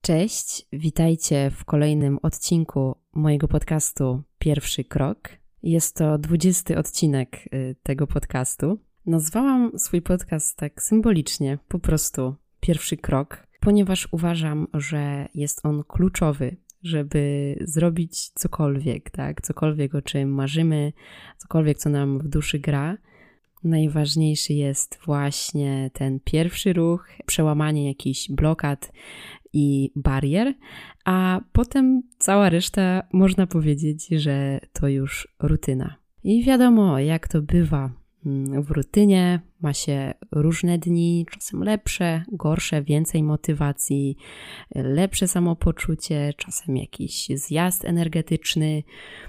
Cześć, witajcie w kolejnym odcinku mojego podcastu Pierwszy Krok. Jest to 20. odcinek tego podcastu. Nazwałam swój podcast tak symbolicznie, po prostu Pierwszy Krok, ponieważ uważam, że jest on kluczowy, żeby zrobić cokolwiek, tak? Cokolwiek, o czym marzymy, cokolwiek, co nam w duszy gra. Najważniejszy jest właśnie ten pierwszy ruch, przełamanie jakichś blokad i barier, a potem cała reszta można powiedzieć, że to już rutyna. I wiadomo, jak to bywa w rutynie, ma się różne dni, czasem lepsze, gorsze, więcej motywacji, lepsze samopoczucie, czasem jakiś zjazd energetyczny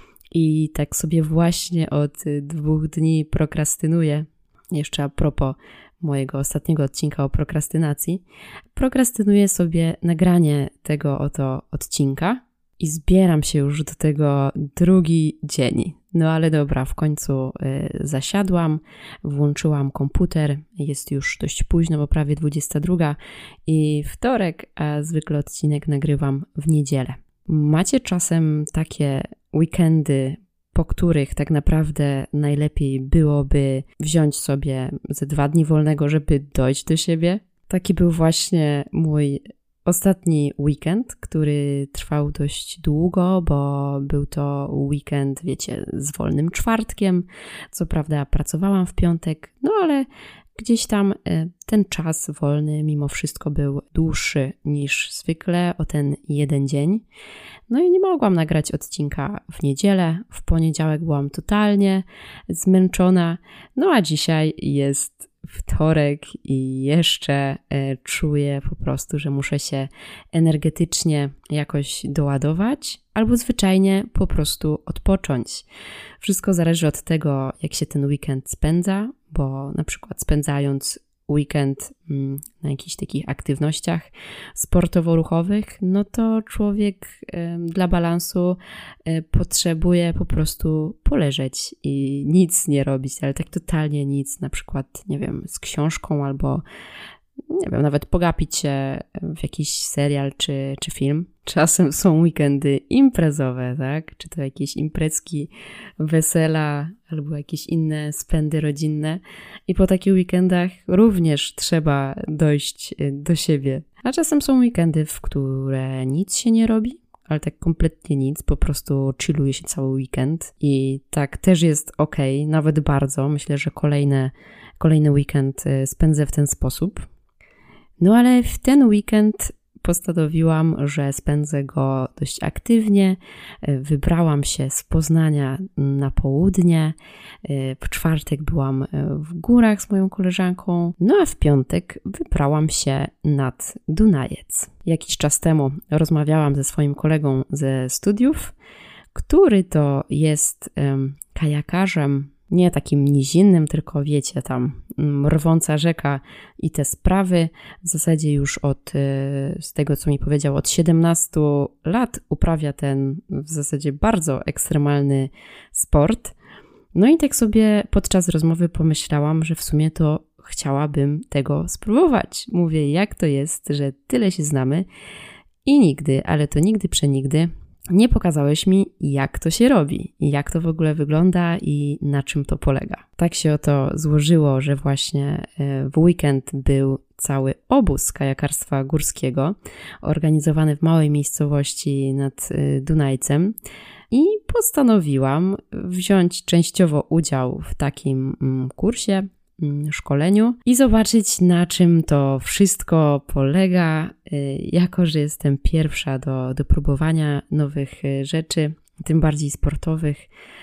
i tak sobie właśnie od 2 dni prokrastynuję. Jeszcze a propos mojego ostatniego odcinka o prokrastynacji, prokrastynuję sobie nagranie tego oto odcinka i zbieram się już do tego drugi dzień. No ale dobra, w końcu zasiadłam, włączyłam komputer, jest już dość późno, bo prawie 22 i wtorek, a zwykle odcinek nagrywam w niedzielę. Macie czasem takie weekendy, po których tak naprawdę najlepiej byłoby wziąć sobie ze 2 dni wolnego, żeby dojść do siebie? Taki był właśnie mój ostatni weekend, który trwał dość długo, bo był to weekend, wiecie, z wolnym czwartkiem. Co prawda pracowałam w piątek, no ale gdzieś tam ten czas wolny mimo wszystko był dłuższy niż zwykle o ten jeden dzień. No i nie mogłam nagrać odcinka w niedzielę, w poniedziałek byłam totalnie zmęczona, no a dzisiaj jest wtorek i jeszcze czuję po prostu, że muszę się energetycznie jakoś doładować albo zwyczajnie po prostu odpocząć. Wszystko zależy od tego, jak się ten weekend spędza, bo na przykład spędzając weekend na jakichś takich aktywnościach sportowo-ruchowych, no to człowiek dla balansu potrzebuje po prostu poleżeć i nic nie robić, ale tak totalnie nic, na przykład, nie wiem, z książką albo, nie wiem, nawet pogapić się w jakiś serial czy film. Czasem są weekendy imprezowe, tak? Czy to jakieś imprezki, wesela albo jakieś inne spędy rodzinne. I po takich weekendach również trzeba dojść do siebie. A czasem są weekendy, w które nic się nie robi, ale tak kompletnie nic, po prostu chilluje się cały weekend. I tak też jest okej, nawet bardzo. Myślę, że kolejny weekend spędzę w ten sposób. No ale w ten weekend postanowiłam, że spędzę go dość aktywnie. Wybrałam się z Poznania na południe. W czwartek byłam w górach z moją koleżanką. No a w piątek wybrałam się nad Dunajec. Jakiś czas temu rozmawiałam ze swoim kolegą ze studiów, który to jest kajakarzem, nie takim nizinnym, tylko wiecie, tam rwąca rzeka i te sprawy. W zasadzie już z tego co mi powiedział, od 17 lat uprawia ten w zasadzie bardzo ekstremalny sport. No i tak sobie podczas rozmowy pomyślałam, że w sumie to chciałabym tego spróbować. Mówię, jak to jest, że tyle się znamy i nigdy, ale to nigdy przenigdy nie pokazałeś mi, jak to się robi i jak to w ogóle wygląda i na czym to polega. Tak się oto złożyło, że właśnie w weekend był cały obóz kajakarstwa górskiego organizowany w małej miejscowości nad Dunajcem i postanowiłam wziąć częściowo udział w takim kursie, szkoleniu i zobaczyć, na czym to wszystko polega, jako że jestem pierwsza do próbowania nowych rzeczy, tym bardziej sportowych,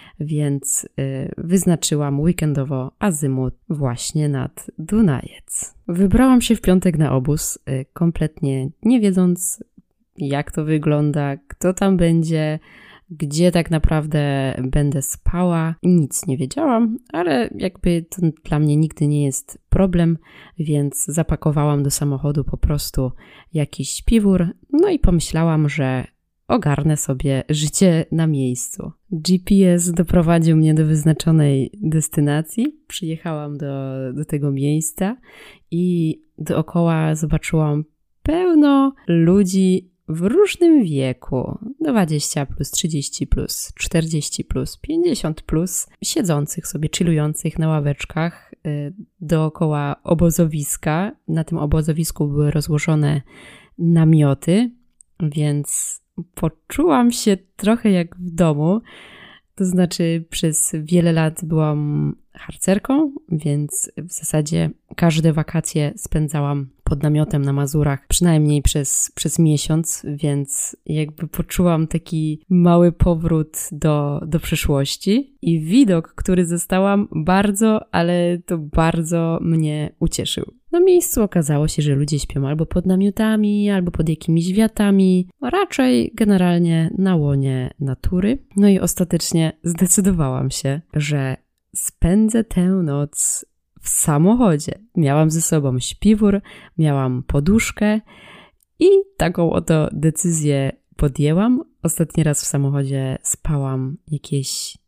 więc wyznaczyłam weekendowo azymut właśnie nad Dunajec. Wybrałam się w piątek na obóz, kompletnie nie wiedząc, jak to wygląda, kto tam będzie, gdzie tak naprawdę będę spała. Nic nie wiedziałam, ale jakby to dla mnie nigdy nie jest problem, więc zapakowałam do samochodu po prostu jakiś śpiwór, no i pomyślałam, że ogarnę sobie życie na miejscu. GPS doprowadził mnie do wyznaczonej destynacji, przyjechałam do tego miejsca i dookoła zobaczyłam pełno ludzi w różnym wieku, 20 plus, 30 plus, 40 plus, 50 plus, siedzących sobie, chillujących na ławeczkach dookoła obozowiska. Na tym obozowisku były rozłożone namioty, więc poczułam się trochę jak w domu. To znaczy przez wiele lat byłam harcerką, więc w zasadzie każde wakacje spędzałam pod namiotem na Mazurach, przynajmniej przez miesiąc, więc jakby poczułam taki mały powrót do przeszłości i widok, który zostałam bardzo, ale to bardzo mnie ucieszył. Na miejscu okazało się, że ludzie śpią albo pod namiotami, albo pod jakimiś wiatami, a raczej generalnie na łonie natury. No i ostatecznie zdecydowałam się, że spędzę tę noc w samochodzie. Miałam ze sobą śpiwór, miałam poduszkę i taką oto decyzję podjęłam. Ostatni raz w samochodzie spałam jakieś,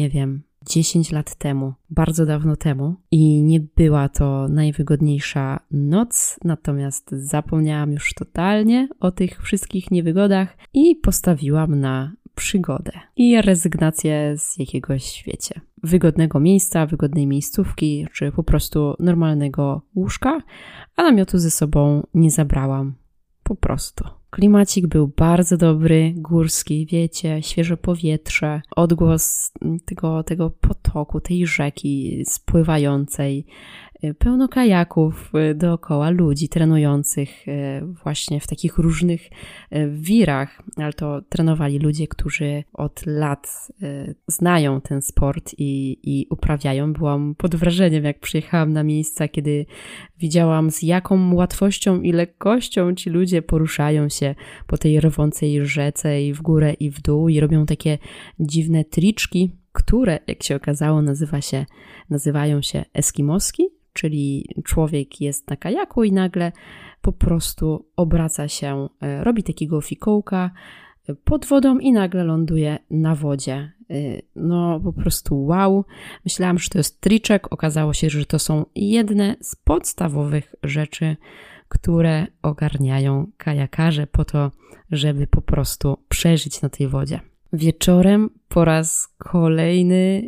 10 lat temu, bardzo dawno temu i nie była to najwygodniejsza noc, natomiast zapomniałam już totalnie o tych wszystkich niewygodach i postawiłam na przygodę i rezygnację z jakiegoś, wygodnego miejsca, wygodnej miejscówki, czy po prostu normalnego łóżka, a namiotu ze sobą nie zabrałam. Po prostu. Klimacik był bardzo dobry, górski, świeże powietrze, odgłos tego potoku, tej rzeki spływającej, pełno kajaków dookoła, ludzi trenujących właśnie w takich różnych wirach, ale to trenowali ludzie, którzy od lat znają ten sport i uprawiają. Byłam pod wrażeniem, jak przyjechałam na miejsca, kiedy widziałam, z jaką łatwością i lekkością ci ludzie poruszają się po tej rwącej rzece i w górę i w dół i robią takie dziwne triczki, które, jak się okazało, nazywają się eskimoski, czyli człowiek jest na kajaku i nagle po prostu obraca się, robi takiego fikołka pod wodą i nagle ląduje na wodzie. No po prostu wow. Myślałam, że to jest triczek. Okazało się, że to są jedne z podstawowych rzeczy, które ogarniają kajakarze po to, żeby po przeżyć na tej wodzie. Wieczorem po raz kolejny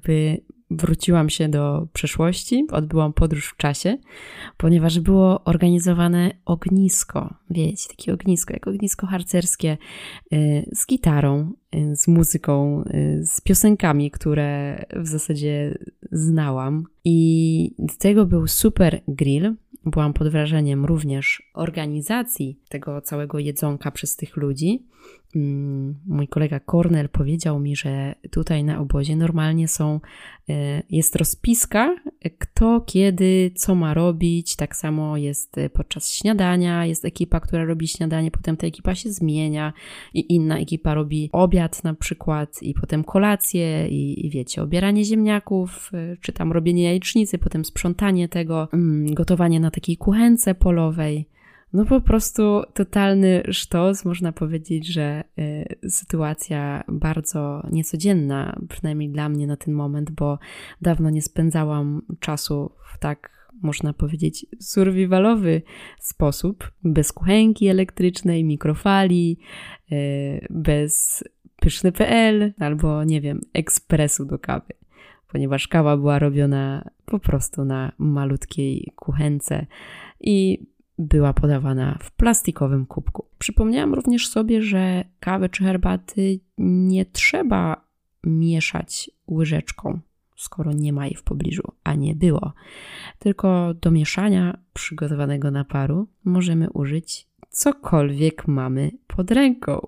wróciłam się do przeszłości, odbyłam podróż w czasie, ponieważ było organizowane ognisko, takie ognisko, jak ognisko harcerskie, z gitarą, z muzyką, z piosenkami, które w zasadzie znałam. I do tego był super grill. Byłam pod wrażeniem również organizacji tego całego jedzonka przez tych ludzi. Mój kolega Kornel powiedział mi, że tutaj na obozie normalnie jest rozpiska, kto, kiedy, co ma robić. Tak samo jest podczas śniadania, jest ekipa, która robi śniadanie, potem ta ekipa się zmienia i inna ekipa robi obiad na przykład i potem kolację i obieranie ziemniaków, czy tam robienie jajecznicy, potem sprzątanie tego, gotowanie na takiej kuchence polowej. No po prostu totalny sztos, można powiedzieć, że sytuacja bardzo niecodzienna, przynajmniej dla mnie na ten moment, bo dawno nie spędzałam czasu w tak, można powiedzieć, survivalowy sposób, bez kuchenki elektrycznej, mikrofali, bez pyszny.pl albo, ekspresu do kawy, ponieważ kawa była robiona po prostu na malutkiej kuchence i była podawana w plastikowym kubku. Przypomniałam również sobie, że kawy czy herbaty nie trzeba mieszać łyżeczką, skoro nie ma jej w pobliżu, a nie było. Tylko do mieszania przygotowanego naparu możemy użyć cokolwiek mamy pod ręką.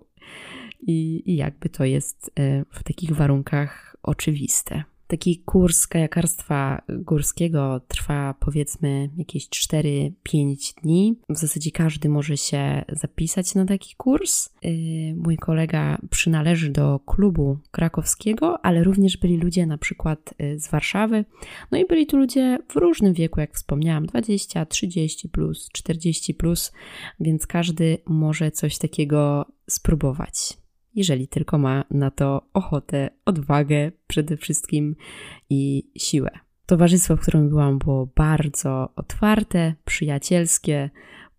I jakby to jest w takich warunkach oczywiste. Taki kurs kajakarstwa górskiego trwa powiedzmy jakieś 4-5 dni. W zasadzie każdy może się zapisać na taki kurs. Mój kolega przynależy do klubu krakowskiego, ale również byli ludzie na przykład z Warszawy. No i byli tu ludzie w różnym wieku, jak wspomniałam, 20, 30 plus, 40 plus, więc każdy może coś takiego spróbować, jeżeli tylko ma na to ochotę, odwagę przede wszystkim i siłę. Towarzystwo, w którym byłam, było bardzo otwarte, przyjacielskie,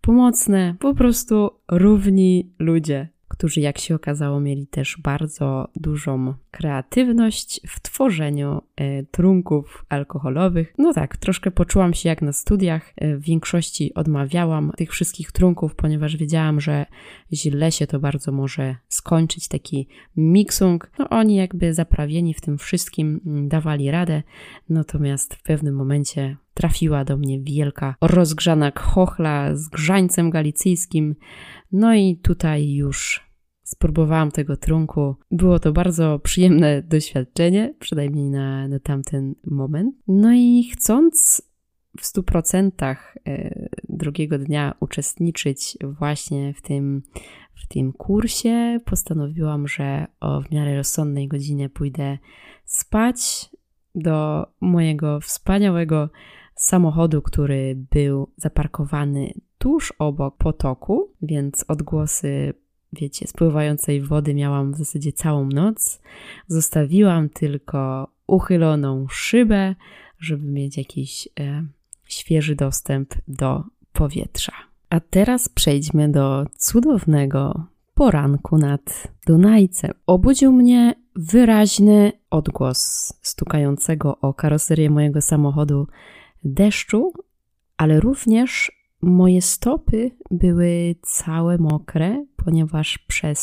pomocne, po prostu równi ludzie, którzy jak się okazało mieli też bardzo dużą kreatywność w tworzeniu trunków alkoholowych. No tak, troszkę poczułam się jak na studiach. W większości odmawiałam tych wszystkich trunków, ponieważ wiedziałam, że źle się to bardzo może skończyć, taki miksung. No oni jakby zaprawieni w tym wszystkim dawali radę, natomiast w pewnym momencie trafiła do mnie wielka, rozgrzana chochla z grzańcem galicyjskim. No i tutaj już spróbowałam tego trunku. Było to bardzo przyjemne doświadczenie, przynajmniej na tamten moment. No i chcąc w 100% drugiego dnia uczestniczyć właśnie w tym kursie, postanowiłam, że o w miarę rozsądnej godzinie pójdę spać do mojego wspaniałego samochodu, który był zaparkowany tuż obok potoku, więc odgłosy, wiecie, spływającej wody miałam w zasadzie całą noc. Zostawiłam tylko uchyloną szybę, żeby mieć jakiś świeży dostęp do powietrza. A teraz przejdźmy do cudownego poranku nad Dunajcem. Obudził mnie wyraźny odgłos stukającego o karoserię mojego samochodu deszczu, ale również moje stopy były całe mokre, ponieważ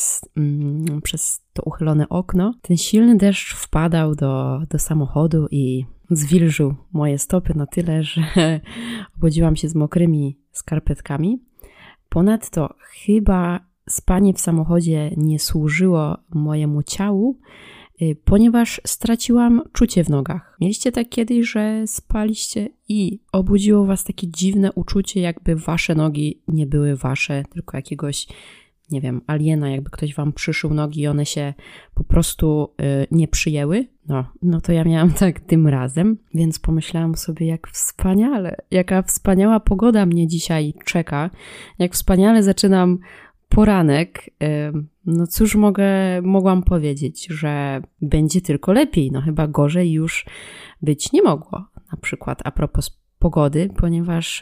przez to uchylone okno ten silny deszcz wpadał do samochodu i zwilżył moje stopy na tyle, że obudziłam się z mokrymi skarpetkami. Ponadto chyba spanie w samochodzie nie służyło mojemu ciału, ponieważ straciłam czucie w nogach. Mieliście tak kiedyś, że spaliście i obudziło was takie dziwne uczucie, jakby wasze nogi nie były wasze, tylko jakiegoś, nie wiem, aliena, jakby ktoś wam przyszył nogi i one się po prostu nie przyjęły? No to ja miałam tak tym razem, więc pomyślałam sobie, jak wspaniale, jaka wspaniała pogoda mnie dzisiaj czeka, jak wspaniale zaczynam poranek. No cóż mogłam powiedzieć, że będzie tylko lepiej, no chyba gorzej już być nie mogło. Na przykład a propos pogody, ponieważ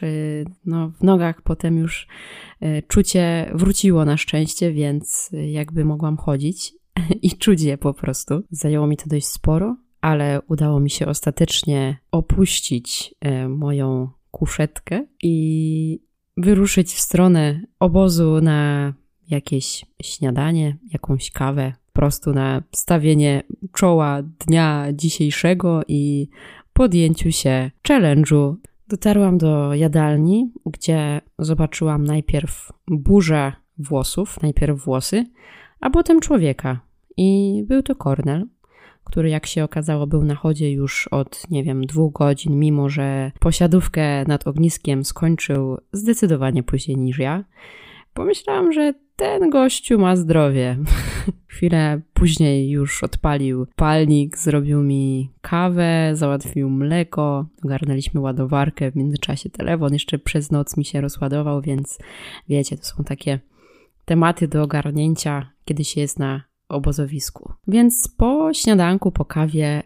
w nogach potem już czucie wróciło na szczęście, więc jakby mogłam chodzić i czuć je po prostu. Zajęło mi to dość sporo, ale udało mi się ostatecznie opuścić moją kuszetkę i wyruszyć w stronę obozu na jakieś śniadanie, jakąś kawę, po prostu na stawienie czoła dnia dzisiejszego i podjęciu się challenge'u. Dotarłam do jadalni, gdzie zobaczyłam najpierw burzę włosów, najpierw włosy, a potem człowieka. I był to Kornel, który jak się okazało był na chodzie już od, 2 godzin, mimo że posiadówkę nad ogniskiem skończył zdecydowanie później niż ja. Pomyślałam, że ten gościu ma zdrowie. Chwilę później już odpalił palnik, zrobił mi kawę, załatwił mleko, ogarnęliśmy ładowarkę, w międzyczasie telefon jeszcze przez noc mi się rozładował, więc wiecie, to są takie tematy do ogarnięcia, kiedy się jest na obozowisku. Więc po śniadanku, po kawie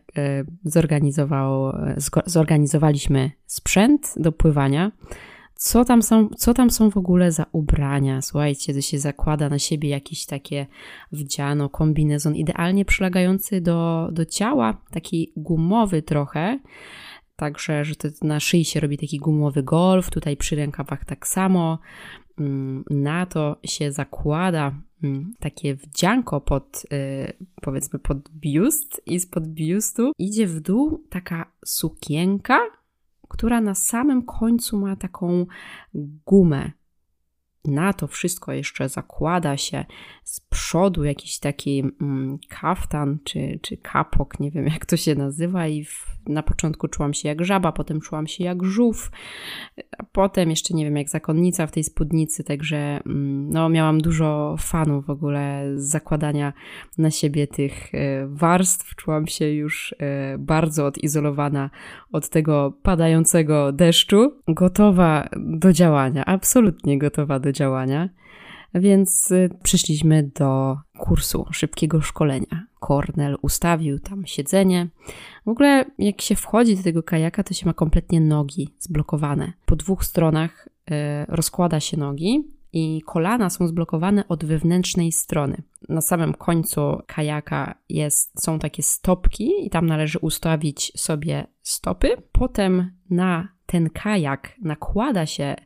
zorganizowaliśmy sprzęt do pływania. Co tam są w ogóle za ubrania? Słuchajcie, to się zakłada na siebie jakieś takie wdziano, kombinezon idealnie przylegający do ciała, taki gumowy trochę, także, że to na szyi się robi taki gumowy golf, tutaj przy rękawach tak samo. Na to się zakłada takie wdzianko powiedzmy pod biust i spod biustu idzie w dół taka sukienka, która na samym końcu ma taką gumę. Na to wszystko jeszcze zakłada się z przodu jakiś taki kaftan czy kapok, nie wiem jak to się nazywa i na początku czułam się jak żaba, potem czułam się jak żółw, a potem jeszcze nie wiem jak zakonnica w tej spódnicy, także miałam dużo fanów w ogóle z zakładania na siebie tych warstw. Czułam się już bardzo odizolowana od tego padającego deszczu, gotowa do działania, absolutnie gotowa do działania. Więc przyszliśmy do kursu szybkiego szkolenia. Kornel ustawił tam siedzenie. W ogóle jak się wchodzi do tego kajaka, to się ma kompletnie nogi zblokowane. Po 2 stronach rozkłada się nogi i kolana są zblokowane od wewnętrznej strony. Na samym końcu kajaka są takie stopki i tam należy ustawić sobie stopy. Potem na ten kajak nakłada się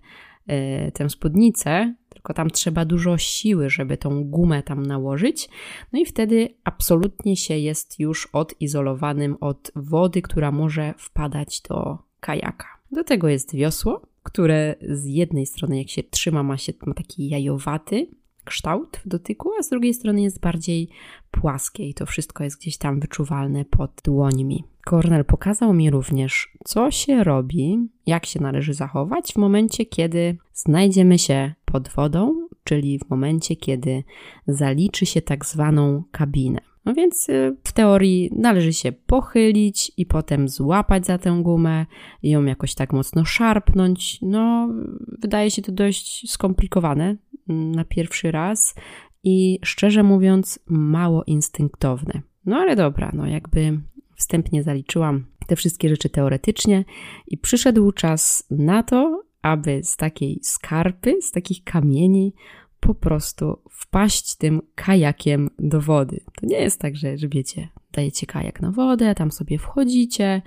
tę spódnicę, tylko tam trzeba dużo siły, żeby tą gumę tam nałożyć. No i wtedy absolutnie się jest już odizolowanym od wody, która może wpadać do kajaka. Do tego jest wiosło, które z jednej strony jak się trzyma ma taki jajowaty kształt w dotyku, a z drugiej strony jest bardziej płaskie i to wszystko jest gdzieś tam wyczuwalne pod dłońmi. Kornel pokazał mi również, co się robi, jak się należy zachować w momencie, kiedy znajdziemy się pod wodą, czyli w momencie, kiedy zaliczy się tak zwaną kabinę. No więc w teorii należy się pochylić i potem złapać za tę gumę i ją jakoś tak mocno szarpnąć. No, wydaje się to dość skomplikowane na pierwszy raz i szczerze mówiąc mało instynktowne. No ale dobra, no jakby wstępnie zaliczyłam te wszystkie rzeczy teoretycznie i przyszedł czas na to, aby z takiej skarpy, z takich kamieni po prostu wpaść tym kajakiem do wody. To nie jest tak, że wiecie, dajecie kajak na wodę, tam sobie wchodzicie,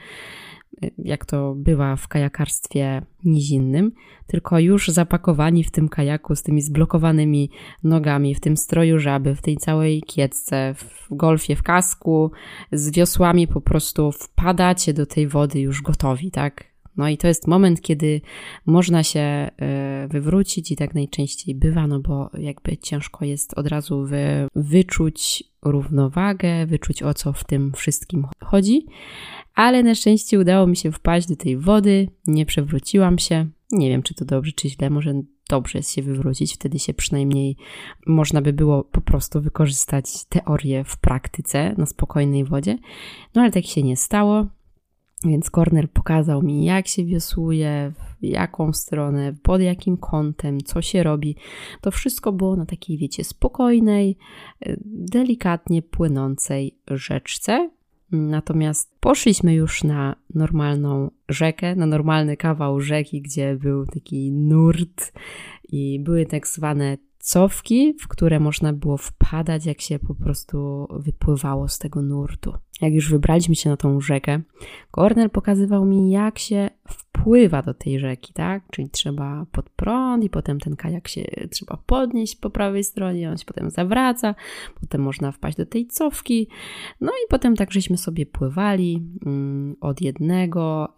jak to bywa w kajakarstwie nizinnym, tylko już zapakowani w tym kajaku z tymi zblokowanymi nogami, w tym stroju żaby, w tej całej kiecce, w golfie, w kasku, z wiosłami po prostu wpadacie do tej wody już gotowi, tak? No i to jest moment, kiedy można się wywrócić i tak najczęściej bywa, no bo jakby ciężko jest od razu wyczuć równowagę, wyczuć o co w tym wszystkim chodzi, ale na szczęście udało mi się wpaść do tej wody, nie przewróciłam się, nie wiem czy to dobrze czy źle, może dobrze jest się wywrócić, wtedy się przynajmniej można by było po prostu wykorzystać teorię w praktyce na spokojnej wodzie, no ale tak się nie stało. Więc Kornel pokazał mi, jak się wiosłuje, w jaką stronę, pod jakim kątem, co się robi. To wszystko było na takiej, wiecie, spokojnej, delikatnie płynącej rzeczce. Natomiast poszliśmy już na normalną rzekę, na normalny kawał rzeki, gdzie był taki nurt i były tak zwane cofki, w które można było wpadać, jak się po prostu wypływało z tego nurtu. Jak już wybraliśmy się na tą rzekę, Kornel pokazywał mi, jak się wpływa do tej rzeki, tak? Czyli trzeba pod prąd i potem ten kajak się trzeba podnieść po prawej stronie, on się potem zawraca, potem można wpaść do tej cofki. No i potem tak żeśmy sobie pływali od jednego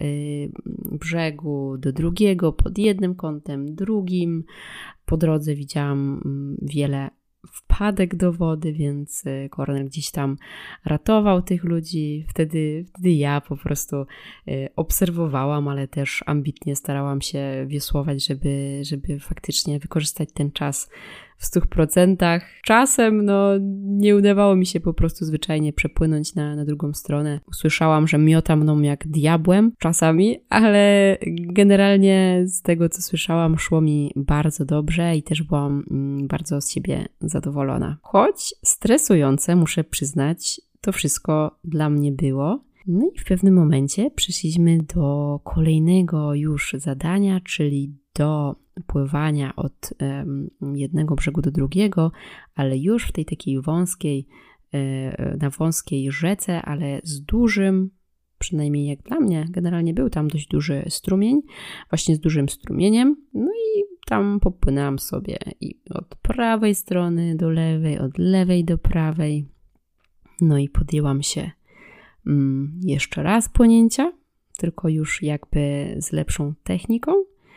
brzegu do drugiego, pod jednym kątem, drugim. Po drodze widziałam wiele wpadek do wody, więc Kornel gdzieś tam ratował tych ludzi. Wtedy ja po prostu obserwowałam, ale też ambitnie starałam się wiosłować, żeby faktycznie wykorzystać ten czas w 100%. Czasem nie udawało mi się po prostu zwyczajnie przepłynąć na drugą stronę. Usłyszałam, że miota mną jak diabłem czasami, ale generalnie z tego, co słyszałam, szło mi bardzo dobrze i też byłam bardzo z siebie zadowolona. Choć stresujące, muszę przyznać, to wszystko dla mnie było. No i w pewnym momencie przeszliśmy do kolejnego już zadania, czyli do pływania od jednego brzegu do drugiego, ale już w tej takiej wąskiej, na wąskiej rzece, ale z dużym, przynajmniej jak dla mnie, generalnie był tam dość duży strumień, właśnie z dużym strumieniem, no i tam popłynęłam sobie i od prawej strony do lewej, od lewej do prawej, no i podjęłam się jeszcze raz płynięcia, tylko już jakby z lepszą techniką,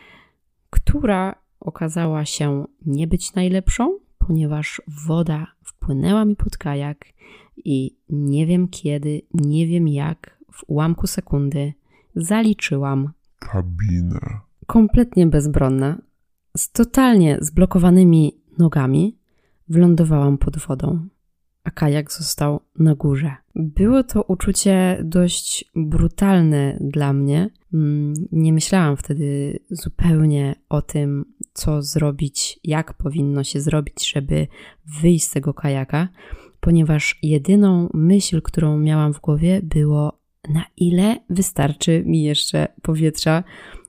która okazała się nie być najlepszą, ponieważ woda wpłynęła mi pod kajak i nie wiem kiedy, nie wiem jak, w ułamku sekundy zaliczyłam kabinę. Kompletnie bezbronna, z totalnie zblokowanymi nogami wylądowałam pod wodą, a kajak został na górze. Było to uczucie dość brutalne dla mnie. Nie myślałam wtedy zupełnie o tym, co zrobić, jak powinno się zrobić, żeby wyjść z tego kajaka, ponieważ jedyną myśl, którą miałam w głowie, było, na ile wystarczy mi jeszcze powietrza,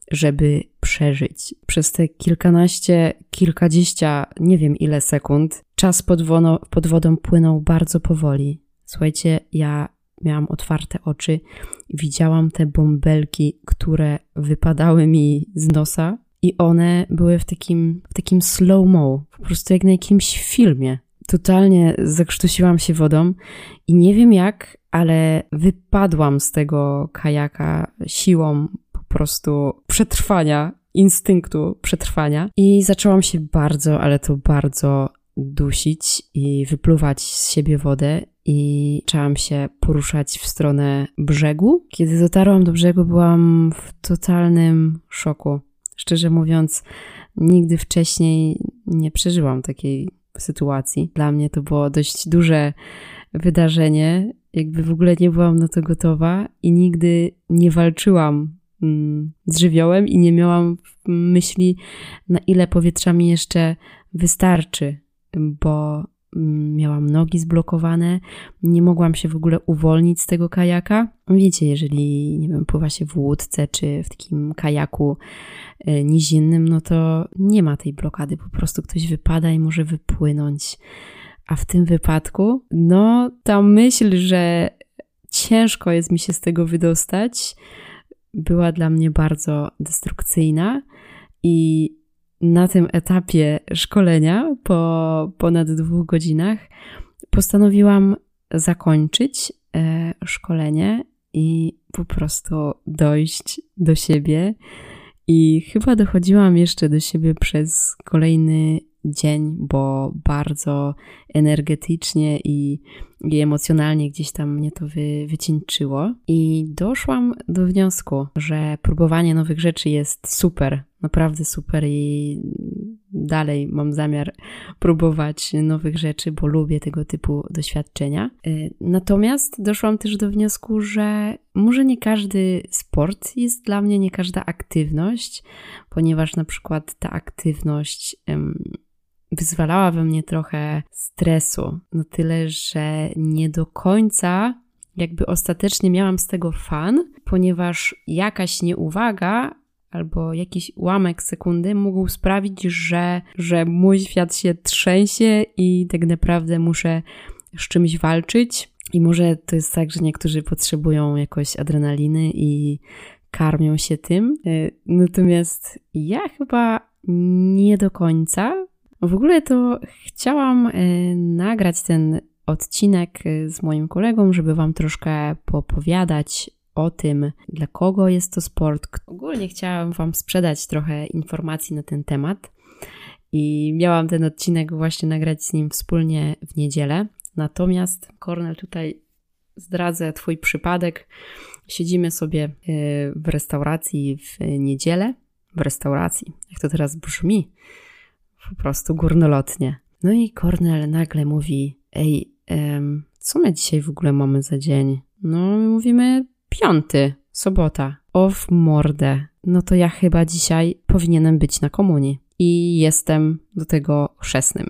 żeby przeżyć. Przez te kilkanaście, kilkadziesiąt, nie wiem ile sekund, czas pod wodą płynął bardzo powoli. Słuchajcie, ja miałam otwarte oczy, widziałam te bąbelki, które wypadały mi z nosa i one były w takim slow-mo, po prostu jak na jakimś filmie. Totalnie zakrztusiłam się wodą i nie wiem jak, ale wypadłam z tego kajaka siłą po prostu przetrwania, instynktu przetrwania i zaczęłam się bardzo, ale to bardzo dusić i wypluwać z siebie wodę i zaczęłam się poruszać w stronę brzegu. Kiedy dotarłam do brzegu, byłam w totalnym szoku. Szczerze mówiąc, nigdy wcześniej nie przeżyłam takiej sytuacji. Dla mnie to było dość duże wydarzenie, jakby w ogóle nie byłam na to gotowa i nigdy nie walczyłam z żywiołem i nie miałam myśli, na ile powietrza mi jeszcze wystarczy, bo miałam nogi zblokowane, nie mogłam się w ogóle uwolnić z tego kajaka. Wiecie, jeżeli, nie wiem, pływa się w łódce czy w takim kajaku nizinnym, no to nie ma tej blokady, po prostu ktoś wypada i może wypłynąć. A w tym wypadku, no ta myśl, że ciężko jest mi się z tego wydostać, była dla mnie bardzo destrukcyjna i na tym etapie szkolenia, po ponad 2 godzinach, postanowiłam zakończyć szkolenie i po prostu dojść do siebie. I chyba dochodziłam jeszcze do siebie przez kolejny dzień, bo bardzo energetycznie i emocjonalnie gdzieś tam mnie to wycieńczyło. I doszłam do wniosku, że próbowanie nowych rzeczy jest super, naprawdę super i dalej mam zamiar próbować nowych rzeczy, bo lubię tego typu doświadczenia. Natomiast doszłam też do wniosku, że może nie każdy sport jest dla mnie, nie każda aktywność, ponieważ na przykład ta aktywność wyzwalała we mnie trochę stresu, na tyle, że nie do końca jakby ostatecznie miałam z tego fan, ponieważ jakaś nieuwaga albo jakiś ułamek sekundy mógł sprawić, że mój świat się trzęsie i tak naprawdę muszę z czymś walczyć. I może to jest tak, że niektórzy potrzebują jakoś adrenaliny i karmią się tym. Natomiast ja chyba nie do końca. W ogóle to chciałam nagrać ten odcinek z moim kolegą, żeby wam troszkę poopowiadać o tym, dla kogo jest to sport. Ogólnie chciałam wam sprzedać trochę informacji na ten temat i miałam ten odcinek właśnie nagrać z nim wspólnie w niedzielę. Natomiast, Kornel, tutaj zdradzę twój przypadek. Siedzimy sobie w restauracji w niedzielę. W restauracji. Jak to teraz brzmi? Po prostu górnolotnie. No i Kornel nagle mówi: ej, co my dzisiaj w ogóle mamy za dzień? No, my mówimy 5, sobota. O w mordę. No to ja chyba dzisiaj powinienem być na komunii. I jestem do tego chrzestnym.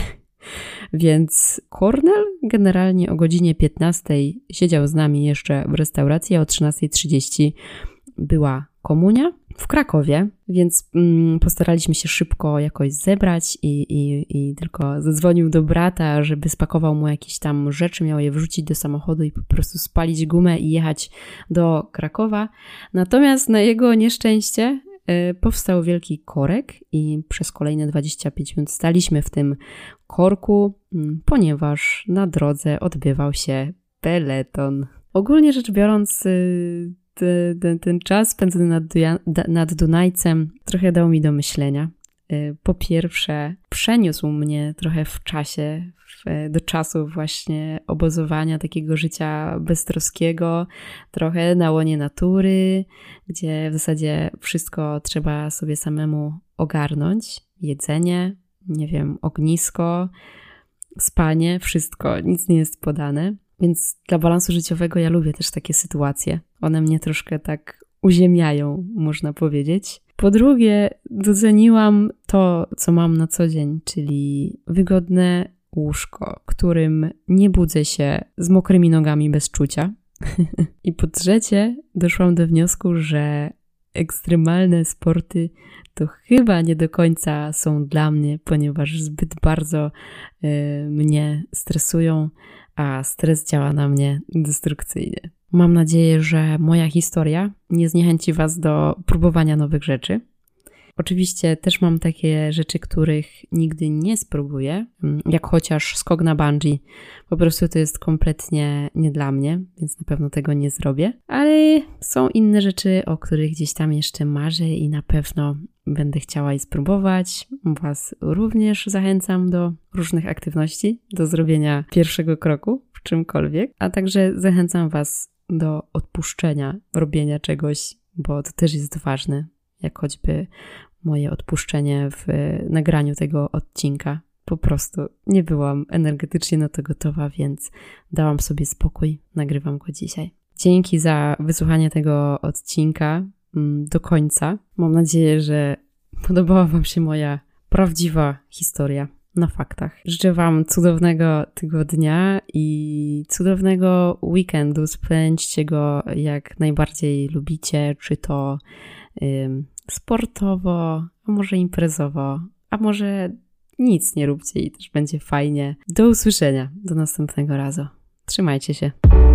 Więc Kornel generalnie o godzinie 15 siedział z nami jeszcze w restauracji, a o 13:30 była komunia w Krakowie, więc postaraliśmy się szybko jakoś zebrać i tylko zadzwonił do brata, żeby spakował mu jakieś tam rzeczy, miał je wrzucić do samochodu i po prostu spalić gumę i jechać do Krakowa. Natomiast na jego nieszczęście powstał wielki korek i przez kolejne 25 minut staliśmy w tym korku, ponieważ na drodze odbywał się peleton. Ogólnie rzecz biorąc, ten czas spędzony nad Dunajcem trochę dał mi do myślenia. Po pierwsze, przeniósł mnie trochę w czasie, do czasu właśnie obozowania, takiego życia beztroskiego, trochę na łonie natury, gdzie w zasadzie wszystko trzeba sobie samemu ogarnąć. Jedzenie, nie wiem, ognisko, spanie, wszystko, nic nie jest podane. Więc dla balansu życiowego ja lubię też takie sytuacje. One mnie troszkę tak uziemiają, można powiedzieć. Po drugie, doceniłam to, co mam na co dzień, czyli wygodne łóżko, którym nie budzę się z mokrymi nogami bez czucia. I po trzecie, doszłam do wniosku, że ekstremalne sporty to chyba nie do końca są dla mnie, ponieważ zbyt bardzo mnie stresują, a stres działa na mnie destrukcyjnie. Mam nadzieję, że moja historia nie zniechęci Was do próbowania nowych rzeczy. Oczywiście też mam takie rzeczy, których nigdy nie spróbuję, jak chociaż skok na bungee. Po prostu to jest kompletnie nie dla mnie, więc na pewno tego nie zrobię. Ale są inne rzeczy, o których gdzieś tam jeszcze marzę i na pewno będę chciała je spróbować. Was również zachęcam do różnych aktywności, do zrobienia pierwszego kroku w czymkolwiek, a także zachęcam Was do odpuszczenia robienia czegoś, bo to też jest ważne, jak choćby moje odpuszczenie w nagraniu tego odcinka. Po prostu nie byłam energetycznie na to gotowa, więc dałam sobie spokój, nagrywam go dzisiaj. Dzięki za wysłuchanie tego odcinka do końca. Mam nadzieję, że podobała Wam się moja prawdziwa historia na faktach. Życzę Wam cudownego tygodnia i cudownego weekendu. Spędźcie go jak najbardziej lubicie, czy to sportowo, a może imprezowo, a może nic nie róbcie i też będzie fajnie. Do usłyszenia, do następnego razu. Trzymajcie się.